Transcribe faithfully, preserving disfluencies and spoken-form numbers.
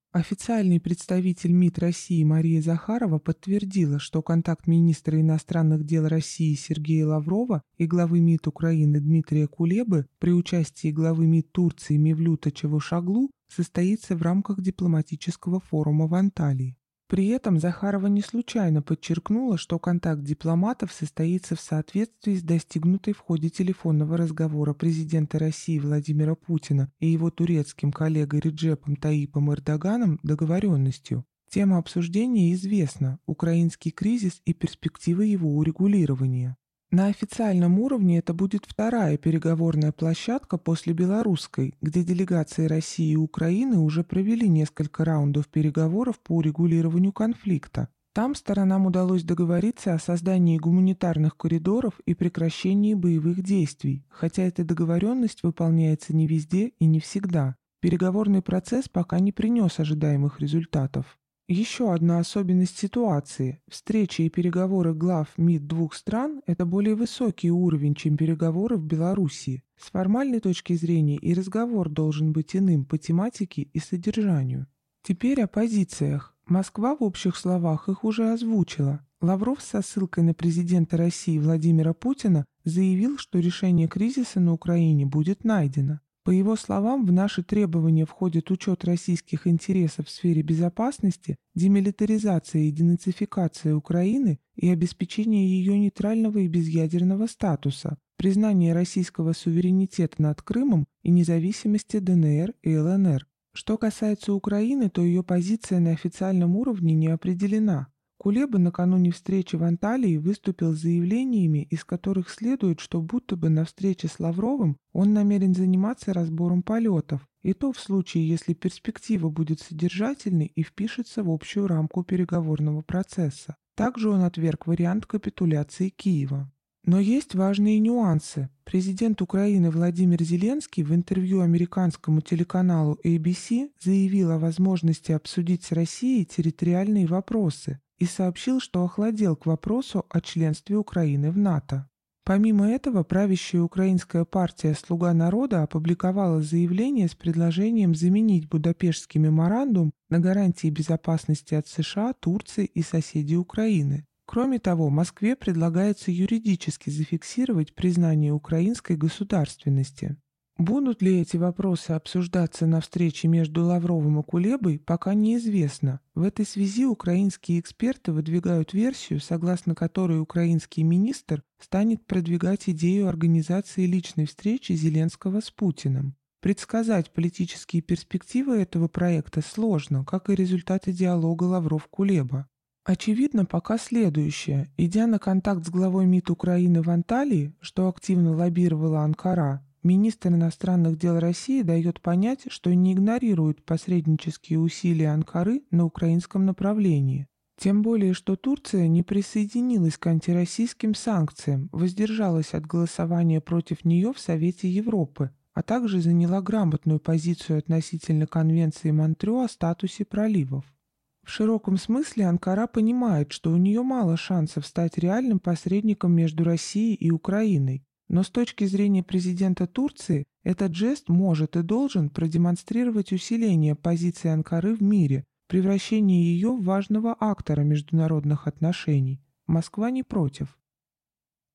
Официальный представитель МИД России Мария Захарова подтвердила, что контакт министра иностранных дел России Сергея Лаврова и главы МИД Украины Дмитрия Кулебы при участии главы МИД Турции Мевлюта Чавушоглу состоится в рамках дипломатического форума в Анталии. При этом Захарова не случайно подчеркнула, что контакт дипломатов состоится в соответствии с достигнутой в ходе телефонного разговора президента России Владимира Путина и его турецким коллегой Реджепом Таипом Эрдоганом договоренностью. Тема обсуждения известна – украинский кризис и перспективы его урегулирования. На официальном уровне это будет вторая переговорная площадка после белорусской, где делегации России и Украины уже провели несколько раундов переговоров по урегулированию конфликта. Там сторонам удалось договориться о создании гуманитарных коридоров и прекращении боевых действий, хотя эта договоренность выполняется не везде и не всегда. Переговорный процесс пока не принес ожидаемых результатов. Еще одна особенность ситуации. Встречи и переговоры глав МИД двух стран – это более высокий уровень, чем переговоры в Белоруссии. С формальной точки зрения и разговор должен быть иным по тематике и содержанию. Теперь о позициях. Москва в общих словах их уже озвучила. Лавров со ссылкой на президента России Владимира Путина заявил, что решение кризиса на Украине будет найдено. По его словам, в наши требования входит учет российских интересов в сфере безопасности, демилитаризация и денацификация Украины и обеспечение ее нейтрального и безъядерного статуса, признание российского суверенитета над Крымом и независимости ДНР и ЛНР. Что касается Украины, то ее позиция на официальном уровне не определена. Кулеба накануне встречи в Анталии выступил с заявлениями, из которых следует, что будто бы на встрече с Лавровым он намерен заниматься разбором полетов, и то в случае, если перспектива будет содержательной и впишется в общую рамку переговорного процесса. Также он отверг вариант капитуляции Киева. Но есть важные нюансы. Президент Украины Владимир Зеленский в интервью американскому телеканалу эй би си заявил о возможности обсудить с Россией территориальные вопросы и сообщил, что охладел к вопросу о членстве Украины в НАТО. Помимо этого, правящая украинская партия «Слуга народа» опубликовала заявление с предложением заменить Будапештский меморандум на гарантии безопасности от США, Турции и соседей Украины. Кроме того, Москве предлагается юридически зафиксировать признание украинской государственности. Будут ли эти вопросы обсуждаться на встрече между Лавровым и Кулебой, пока неизвестно. В этой связи украинские эксперты выдвигают версию, согласно которой украинский министр станет продвигать идею организации личной встречи Зеленского с Путиным. Предсказать политические перспективы этого проекта сложно, как и результаты диалога Лавров-Кулеба. Очевидно пока следующее. Идя на контакт с главой МИД Украины в Анталии, что активно лоббировала Анкара, министр иностранных дел России дает понять, что не игнорирует посреднические усилия Анкары на украинском направлении. Тем более, что Турция не присоединилась к антироссийским санкциям, воздержалась от голосования против нее в Совете Европы, а также заняла грамотную позицию относительно Конвенции Монтрё о статусе проливов. В широком смысле Анкара понимает, что у нее мало шансов стать реальным посредником между Россией и Украиной. Но с точки зрения президента Турции, этот жест может и должен продемонстрировать усиление позиции Анкары в мире, превращение ее в важного актора международных отношений. Москва не против.